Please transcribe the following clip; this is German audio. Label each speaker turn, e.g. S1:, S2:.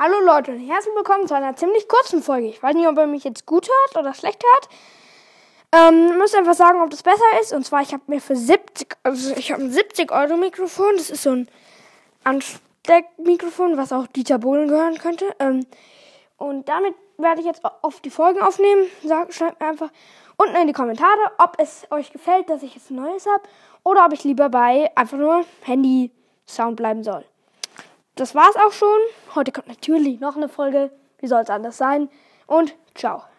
S1: Hallo Leute und herzlich willkommen zu einer ziemlich kurzen Folge. Ich weiß nicht, ob ihr mich jetzt gut hört oder schlecht hört. Müsst einfach sagen, ob das besser ist. Und zwar, ich habe mir für ein 70 Euro Mikrofon. Das ist so ein Ansteckmikrofon, was auch Dieter Bohlen gehören könnte. Und damit werde ich jetzt oft die Folgen aufnehmen. Schreibt mir einfach unten in die Kommentare, ob es euch gefällt, dass ich jetzt ein neues habe. Oder ob ich lieber bei einfach nur Handy-Sound bleiben soll. Das war's auch schon. Heute kommt natürlich noch eine Folge. Wie soll es anders sein? Und ciao.